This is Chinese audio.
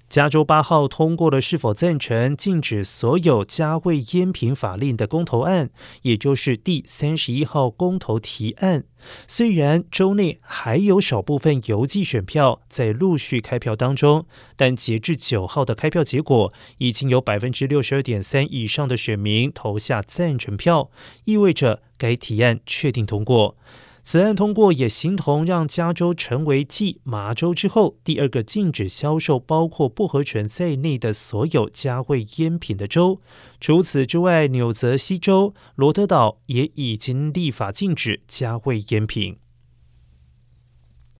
加州8号通过了是否赞成禁止所有加味烟品法令的公投案，也就是第31号公投提案。虽然州内还有少部分邮寄选票在陆续开票当中，但截至9号的开票结果，已经有 62.3% 以上的选民投下赞成票，意味着该提案确定通过。此案通过也形同让加州成为继麻州之后第2个禁止销售包括薄荷醇在内的所有加味烟品的州。除此之外，纽泽西州、罗德岛也已经立法禁止加味烟品。